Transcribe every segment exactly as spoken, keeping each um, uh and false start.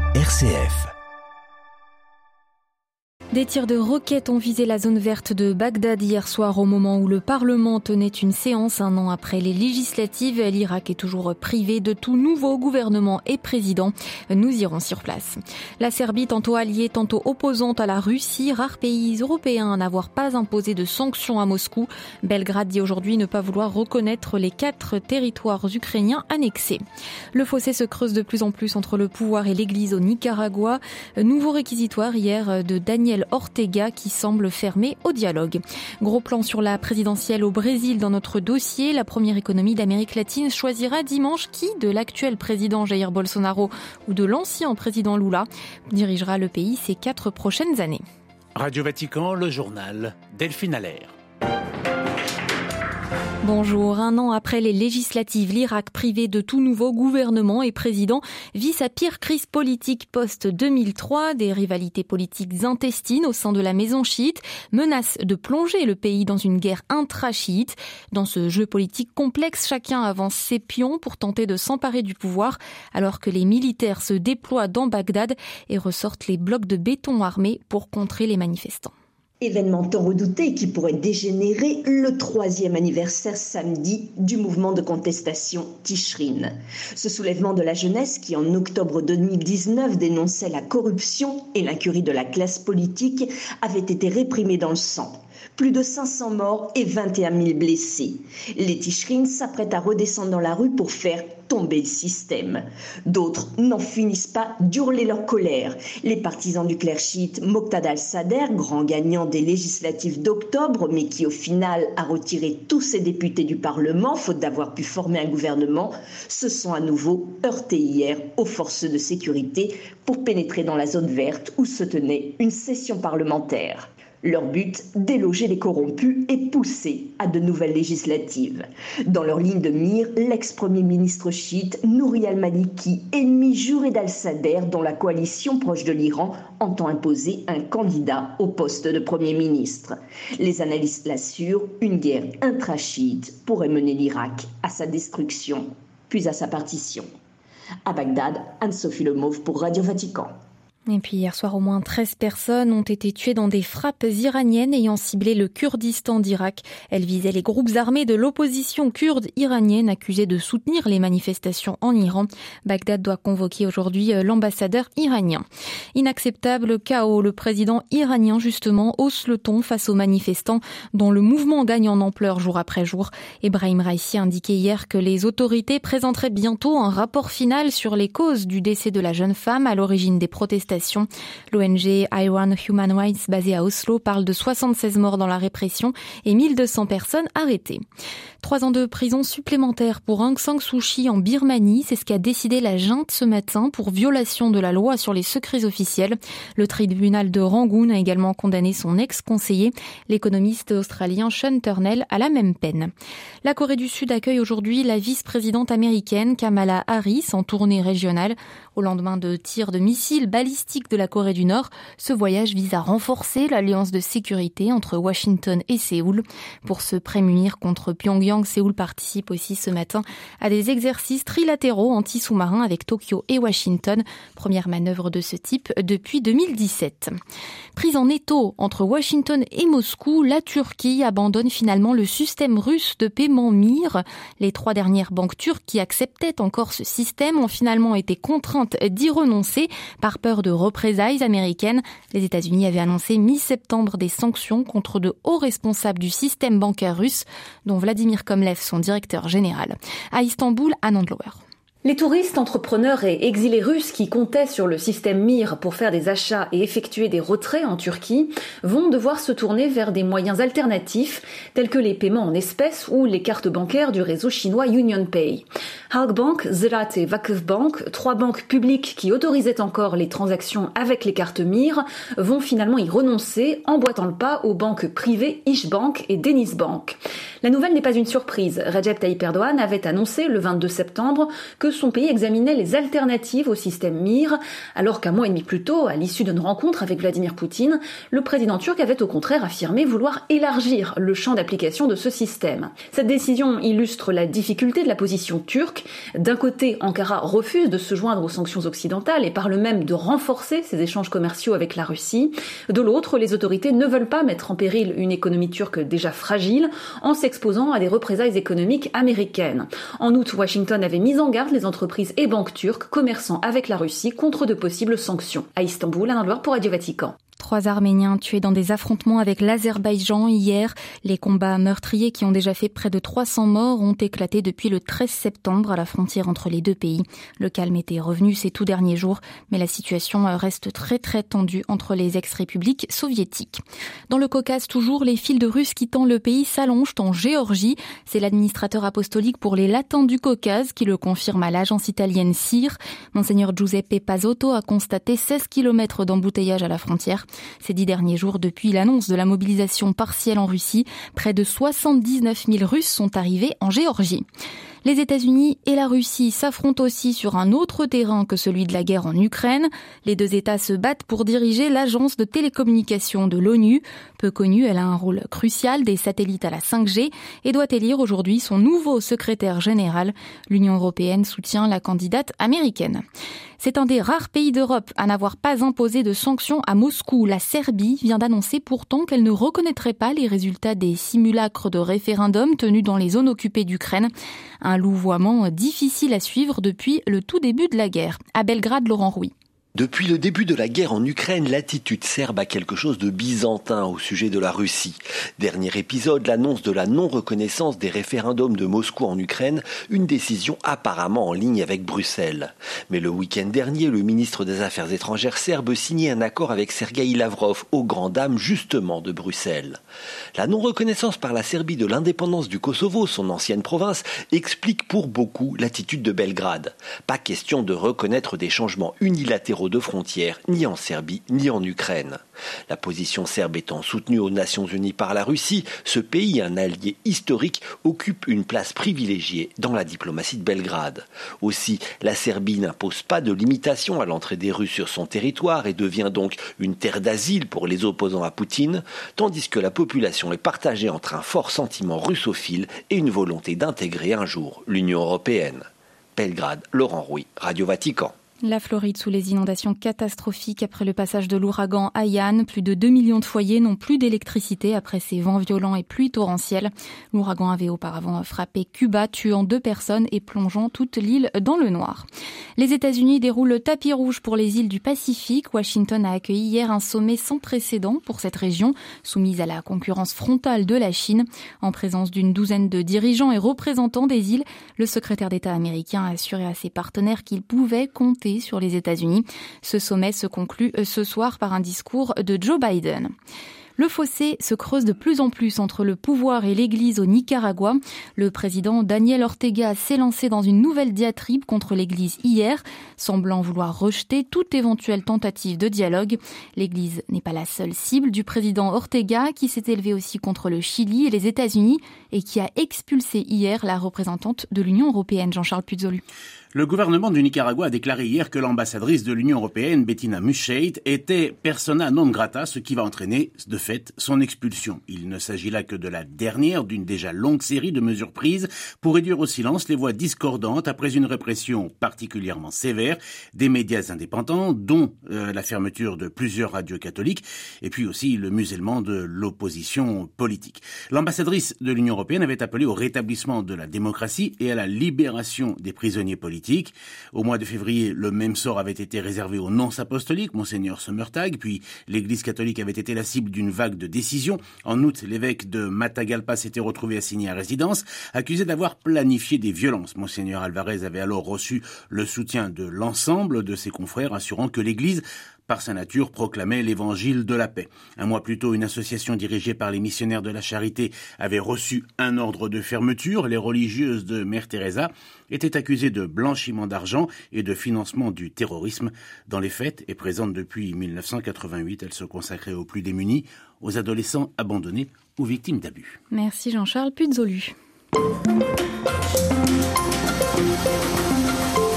R C F. Des tirs de roquettes ont visé la zone verte de Bagdad hier soir au moment où le Parlement tenait une séance un an après les législatives. L'Irak est toujours privé de tout nouveau gouvernement et président. Nous irons sur place. La Serbie, tantôt alliée, tantôt opposante à la Russie, rare pays européen à n'avoir pas imposé de sanctions à Moscou. Belgrade dit aujourd'hui ne pas vouloir reconnaître les quatre territoires ukrainiens annexés. Le fossé se creuse de plus en plus entre le pouvoir et l'église au Nicaragua. Nouveau réquisitoire hier de Daniel Ortega qui semble fermé au dialogue. Gros plan sur la présidentielle au Brésil dans notre dossier. La première économie d'Amérique latine choisira dimanche qui, de l'actuel président Jair Bolsonaro ou de l'ancien président Lula, dirigera le pays ces quatre prochaines années. Radio Vatican, le journal, Delphine Allaire. Bonjour. Un an après les législatives, l'Irak, privé de tout nouveau gouvernement et président, vit sa pire crise politique post-deux mille trois. Des rivalités politiques intestines au sein de la maison chiite menacent de plonger le pays dans une guerre intra-chiite. Dans ce jeu politique complexe, chacun avance ses pions pour tenter de s'emparer du pouvoir, alors que les militaires se déploient dans Bagdad et ressortent les blocs de béton armés pour contrer les manifestants. Événement tant redouté qui pourrait dégénérer le troisième anniversaire samedi du mouvement de contestation Tishrin. Ce soulèvement de la jeunesse qui en octobre deux mille dix-neuf dénonçait la corruption et l'incurie de la classe politique avait été réprimé dans le sang. Plus de cinq cents morts et vingt et un mille blessés. Les Tishrin s'apprêtent à redescendre dans la rue pour faire tomber le système. D'autres n'en finissent pas d'hurler leur colère. Les partisans du clerc chiite Moqtada al-Sadr, grand gagnant des législatives d'octobre, mais qui au final a retiré tous ses députés du Parlement, faute d'avoir pu former un gouvernement, se sont à nouveau heurtés hier aux forces de sécurité pour pénétrer dans la zone verte où se tenait une session parlementaire. Leur but, déloger les corrompus et pousser à de nouvelles législatives. Dans leur ligne de mire, l'ex-premier ministre chiite Nouri al-Maliki, ennemi juré d'al-Sadr, dont la coalition proche de l'Iran entend imposer un candidat au poste de premier ministre. Les analystes l'assurent, une guerre intra-chiite pourrait mener l'Irak à sa destruction, puis à sa partition. À Bagdad, Anne-Sophie Lemauve pour Radio Vatican. Et puis hier soir, au moins treize personnes ont été tuées dans des frappes iraniennes ayant ciblé le Kurdistan d'Irak. Elles visaient les groupes armés de l'opposition kurde iranienne accusés de soutenir les manifestations en Iran. Bagdad doit convoquer aujourd'hui l'ambassadeur iranien. Inacceptable chaos. Le président iranien, justement, hausse le ton face aux manifestants dont le mouvement gagne en ampleur jour après jour. Ebrahim Raisi a indiqué hier que les autorités présenteraient bientôt un rapport final sur les causes du décès de la jeune femme à l'origine des protestations. L'O N G Iran Human Rights, basée à Oslo, parle de soixante-seize morts dans la répression et mille deux cents personnes arrêtées. Trois ans de prison supplémentaire pour Aung San Suu Kyi en Birmanie, c'est ce qu'a décidé la junte ce matin pour violation de la loi sur les secrets officiels. Le tribunal de Rangoon a également condamné son ex-conseiller, l'économiste australien Sean Turnell, à la même peine. La Corée du Sud accueille aujourd'hui la vice-présidente américaine Kamala Harris en tournée régionale. Au lendemain de tirs de missiles balistiques de la Corée du Nord, ce voyage vise à renforcer l'alliance de sécurité entre Washington et Séoul. Pour se prémunir contre Pyongyang, Séoul participe aussi ce matin à des exercices trilatéraux anti-sous-marins avec Tokyo et Washington. Première manœuvre de ce type depuis deux mille dix-sept. Prise en étau entre Washington et Moscou, la Turquie abandonne finalement le système russe de paiement M I R. Les trois dernières banques turques qui acceptaient encore ce système ont finalement été contraintes d'y renoncer par peur de représailles américaines. Les États-Unis avaient annoncé mi-septembre des sanctions contre de hauts responsables du système bancaire russe, dont Vladimir Komlev, son directeur général. À Istanbul, Anne Andlauer. Les touristes, entrepreneurs et exilés russes qui comptaient sur le système M I R pour faire des achats et effectuer des retraits en Turquie vont devoir se tourner vers des moyens alternatifs tels que les paiements en espèces ou les cartes bancaires du réseau chinois UnionPay. Halkbank, Ziraat et Vakıfbank, trois banques publiques qui autorisaient encore les transactions avec les cartes M I R, vont finalement y renoncer, emboîtant le pas aux banques privées İşbank et Denizbank. La nouvelle n'est pas une surprise. Recep Tayyip Erdogan avait annoncé le vingt-deux septembre que que son pays examinait les alternatives au système Mir, alors qu'un mois et demi plus tôt, à l'issue d'une rencontre avec Vladimir Poutine, le président turc avait au contraire affirmé vouloir élargir le champ d'application de ce système. Cette décision illustre la difficulté de la position turque. D'un côté, Ankara refuse de se joindre aux sanctions occidentales et parle même de renforcer ses échanges commerciaux avec la Russie. De l'autre, les autorités ne veulent pas mettre en péril une économie turque déjà fragile en s'exposant à des représailles économiques américaines. En août, Washington avait mis en garde les entreprises et banques turques commerçant avec la Russie contre de possibles sanctions. À Istanbul, Alain Loire pour Radio Vatican. Trois Arméniens tués dans des affrontements avec l'Azerbaïdjan hier. Les combats meurtriers qui ont déjà fait près de trois cents morts ont éclaté depuis le treize septembre à la frontière entre les deux pays. Le calme était revenu ces tout derniers jours, mais la situation reste très très tendue entre les ex-républiques soviétiques. Dans le Caucase toujours, les files de Russes quittant le pays s'allongent en Géorgie. C'est l'administrateur apostolique pour les latins du Caucase qui le confirme à l'agence italienne S I R. Monseigneur Giuseppe Pasotto a constaté seize kilomètres d'embouteillage à la frontière. Ces dix derniers jours, depuis l'annonce de la mobilisation partielle en Russie, près de soixante-dix-neuf mille Russes sont arrivés en Géorgie. Les États-Unis et la Russie s'affrontent aussi sur un autre terrain que celui de la guerre en Ukraine. Les deux États se battent pour diriger l'agence de télécommunications de l'ONU. Peu connue, elle a un rôle crucial des satellites à la cinq G et doit élire aujourd'hui son nouveau secrétaire général. L'Union européenne soutient la candidate américaine. C'est un des rares pays d'Europe à n'avoir pas imposé de sanctions à Moscou. La Serbie vient d'annoncer pourtant qu'elle ne reconnaîtrait pas les résultats des simulacres de référendum tenus dans les zones occupées d'Ukraine. Un louvoiement difficile à suivre depuis le tout début de la guerre. À Belgrade, Laurent Rouy. Depuis le début de la guerre en Ukraine, l'attitude serbe a quelque chose de byzantin au sujet de la Russie. Dernier épisode, l'annonce de la non-reconnaissance des référendums de Moscou en Ukraine, une décision apparemment en ligne avec Bruxelles. Mais le week-end dernier, le ministre des Affaires étrangères serbe signait un accord avec Sergueï Lavrov, aux grandes dames justement de Bruxelles. La non-reconnaissance par la Serbie de l'indépendance du Kosovo, son ancienne province, explique pour beaucoup l'attitude de Belgrade. Pas question de reconnaître des changements unilatéraux de frontières, ni en Serbie, ni en Ukraine. La position serbe étant soutenue aux Nations Unies par la Russie, ce pays, un allié historique, occupe une place privilégiée dans la diplomatie de Belgrade. Aussi, la Serbie n'impose pas de limitation à l'entrée des Russes sur son territoire et devient donc une terre d'asile pour les opposants à Poutine, tandis que la population est partagée entre un fort sentiment russophile et une volonté d'intégrer un jour l'Union européenne. Belgrade, Laurent Rouy, Radio Vatican. La Floride sous les inondations catastrophiques après le passage de l'ouragan Haiyan. Plus de deux millions de foyers n'ont plus d'électricité après ces vents violents et pluies torrentielles. L'ouragan avait auparavant frappé Cuba, tuant deux personnes et plongeant toute l'île dans le noir. Les États-Unis déroulent le tapis rouge pour les îles du Pacifique. Washington a accueilli hier un sommet sans précédent pour cette région, soumise à la concurrence frontale de la Chine. En présence d'une douzaine de dirigeants et représentants des îles, le secrétaire d'État américain a assuré à ses partenaires qu'il pouvait compter sur les États-Unis. Ce sommet se conclut ce soir par un discours de Joe Biden. Le fossé se creuse de plus en plus entre le pouvoir et l'Église au Nicaragua. Le président Daniel Ortega s'est lancé dans une nouvelle diatribe contre l'Église hier, semblant vouloir rejeter toute éventuelle tentative de dialogue. L'Église n'est pas la seule cible du président Ortega, qui s'est élevé aussi contre le Chili et les États-Unis et qui a expulsé hier la représentante de l'Union européenne, Jean-Charles Puzolu. Le gouvernement du Nicaragua a déclaré hier que l'ambassadrice de l'Union européenne, Bettina Muscheit, était persona non grata, ce qui va entraîner, de fait, son expulsion. Il ne s'agit là que de la dernière d'une déjà longue série de mesures prises pour réduire au silence les voix discordantes après une répression particulièrement sévère des médias indépendants, dont euh, la fermeture de plusieurs radios catholiques, et puis aussi le musellement de l'opposition politique. L'ambassadrice de l'Union européenne avait appelé au rétablissement de la démocratie et à la libération des prisonniers politiques. Au mois de février, le même sort avait été réservé aux nonces apostoliques, Monseigneur Sommertag, puis l'Église catholique avait été la cible d'une vague de décisions. En août, l'évêque de Matagalpa s'était retrouvé assigné à résidence, accusé d'avoir planifié des violences. Monseigneur Alvarez avait alors reçu le soutien de l'ensemble de ses confrères, assurant que l'Église, par sa nature, proclamait l'évangile de la paix. Un mois plus tôt, une association dirigée par les missionnaires de la charité avait reçu un ordre de fermeture. Les religieuses de Mère Teresa étaient accusées de blanchiment d'argent et de financement du terrorisme. Dans les faits, et présente depuis mille neuf cent quatre-vingt-huit, elle se consacrait aux plus démunis, aux adolescents abandonnés ou victimes d'abus. Merci Jean-Charles Puzolu.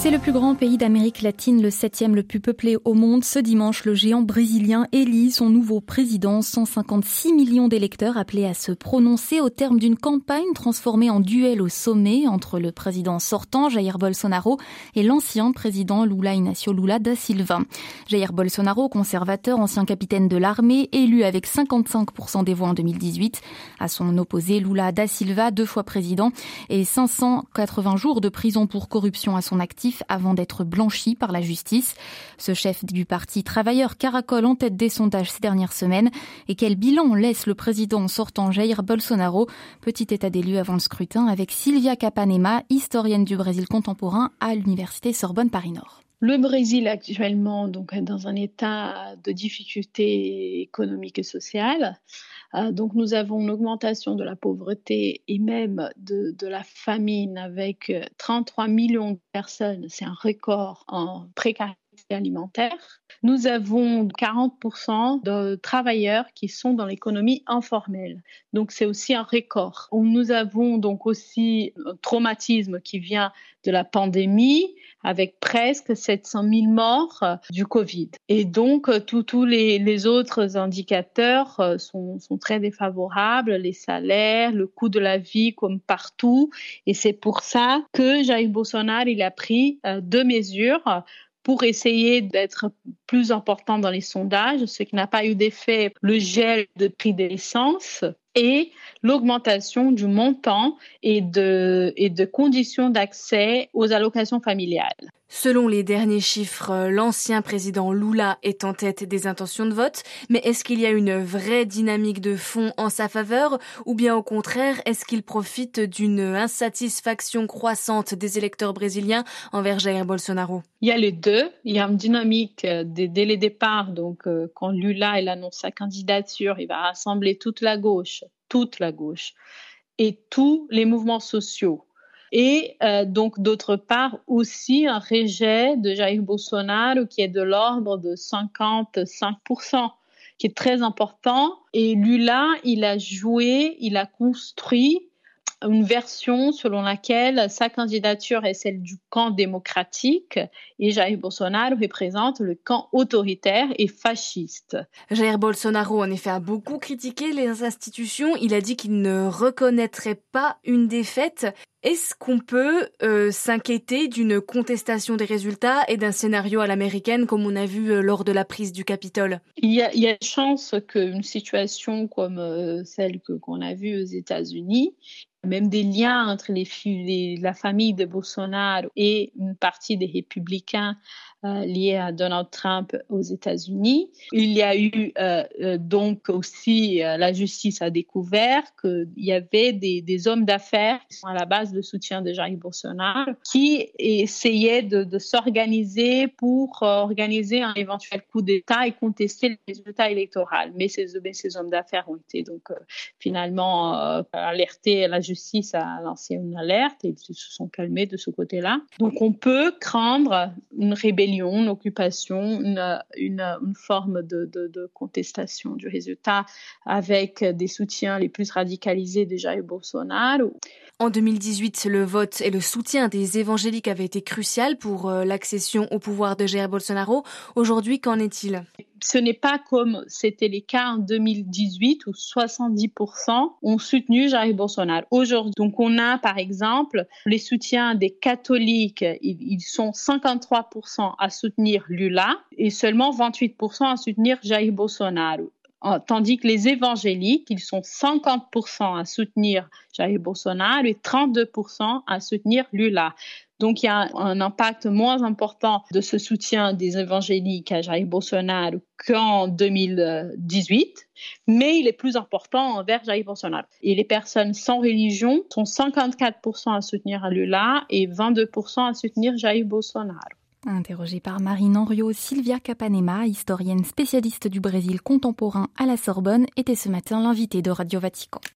C'est le plus grand pays d'Amérique latine, le septième le plus peuplé au monde. Ce dimanche, le géant brésilien élit son nouveau président. cent cinquante-six millions d'électeurs appelés à se prononcer au terme d'une campagne transformée en duel au sommet entre le président sortant, Jair Bolsonaro, et l'ancien président Lula Inácio Lula da Silva. Jair Bolsonaro, conservateur, ancien capitaine de l'armée, élu avec cinquante-cinq pour cent des voix en deux mille dix-huit. À son opposé, Lula da Silva, deux fois président, et cinq cent quatre-vingts jours de prison pour corruption à son actif avant d'être blanchi par la justice. Ce chef du parti travailleur caracole en tête des sondages ces dernières semaines. Et quel bilan laisse le président sortant Jair Bolsonaro? Petit état des lieux avant le scrutin avec Silvia Capanema, historienne du Brésil contemporain à l'université Sorbonne Paris-Nord. Le Brésil actuellement donc est dans un état de difficulté économique et sociale. Euh, donc nous avons une augmentation de la pauvreté et même de, de la famine avec trente-trois millions de personnes. C'est un record en précarité alimentaire. Nous avons quarante pour cent de travailleurs qui sont dans l'économie informelle. Donc c'est aussi un record. Nous avons donc aussi un traumatisme qui vient de la pandémie avec presque sept cent mille morts du Covid. Et donc tous les, les autres indicateurs sont, sont très défavorables, les salaires, le coût de la vie comme partout. Et c'est pour ça que Jair Bolsonaro il a pris deux mesures pour essayer d'être plus important dans les sondages, ce qui n'a pas eu d'effet, le gel de prix de l'essence et l'augmentation du montant et de, et de conditions d'accès aux allocations familiales. Selon les derniers chiffres, l'ancien président Lula est en tête des intentions de vote, mais est-ce qu'il y a une vraie dynamique de fond en sa faveur ou bien au contraire, est-ce qu'il profite d'une insatisfaction croissante des électeurs brésiliens envers Jair Bolsonaro? Il y a les deux. Il y a une dynamique dès, dès les départs. Donc, quand Lula il annonce sa candidature, il va rassembler toute la gauche, toute la gauche et tous les mouvements sociaux. Et euh, donc, d'autre part, aussi un rejet de Jair Bolsonaro qui est de l'ordre de cinquante-cinq pour cent, qui est très important. Et Lula, il a joué, il a construit une version selon laquelle sa candidature est celle du camp démocratique et Jair Bolsonaro représente le camp autoritaire et fasciste. Jair Bolsonaro, en effet, a beaucoup critiqué les institutions. Il a dit qu'il ne reconnaîtrait pas une défaite. Est-ce qu'on peut euh, s'inquiéter d'une contestation des résultats et d'un scénario à l'américaine comme on a vu euh, lors de la prise du Capitole? Il y a, il y a une chance qu'une situation comme euh, celle que, qu'on a vue aux États-Unis, même des liens entre les, les, la famille de Bolsonaro et une partie des républicains euh, liés à Donald Trump aux États-Unis. Il y a eu euh, euh, donc aussi, euh, la justice a découvert qu'il y avait des, des hommes d'affaires qui sont à la base de soutien de Jair Bolsonaro qui essayaient de, de s'organiser pour euh, organiser un éventuel coup d'État et contester les résultats électoraux. Mais ces, mais ces hommes d'affaires ont été donc euh, finalement euh, alertés. La justice a lancé une alerte et ils se sont calmés de ce côté-là. Donc on peut craindre une rébellion, une occupation, une, une, une forme de, de, de contestation du résultat avec des soutiens les plus radicalisés de Jair Bolsonaro. En deux mille dix-huit, le vote et le soutien des évangéliques avaient été crucial pour l'accession au pouvoir de Jair Bolsonaro. Aujourd'hui, qu'en est-il ? Ce n'est pas comme c'était le cas en deux mille dix-huit où soixante-dix pour cent ont soutenu Jair Bolsonaro. Aujourd'hui, donc on a par exemple les soutiens des catholiques, ils, ils sont cinquante-trois pour cent à soutenir Lula et seulement vingt-huit pour cent à soutenir Jair Bolsonaro. Tandis que les évangéliques, ils sont cinquante pour cent à soutenir Jair Bolsonaro et trente-deux pour cent à soutenir Lula. Donc, il y a un impact moins important de ce soutien des évangéliques à Jair Bolsonaro qu'en deux mille dix-huit, mais il est plus important envers Jair Bolsonaro. Et les personnes sans religion sont cinquante-quatre pour cent à soutenir Lula et vingt-deux pour cent à soutenir Jair Bolsonaro. Interrogée par Marine Henriot, Silvia Capanema, historienne spécialiste du Brésil contemporain à la Sorbonne, était ce matin l'invitée de Radio Vatican.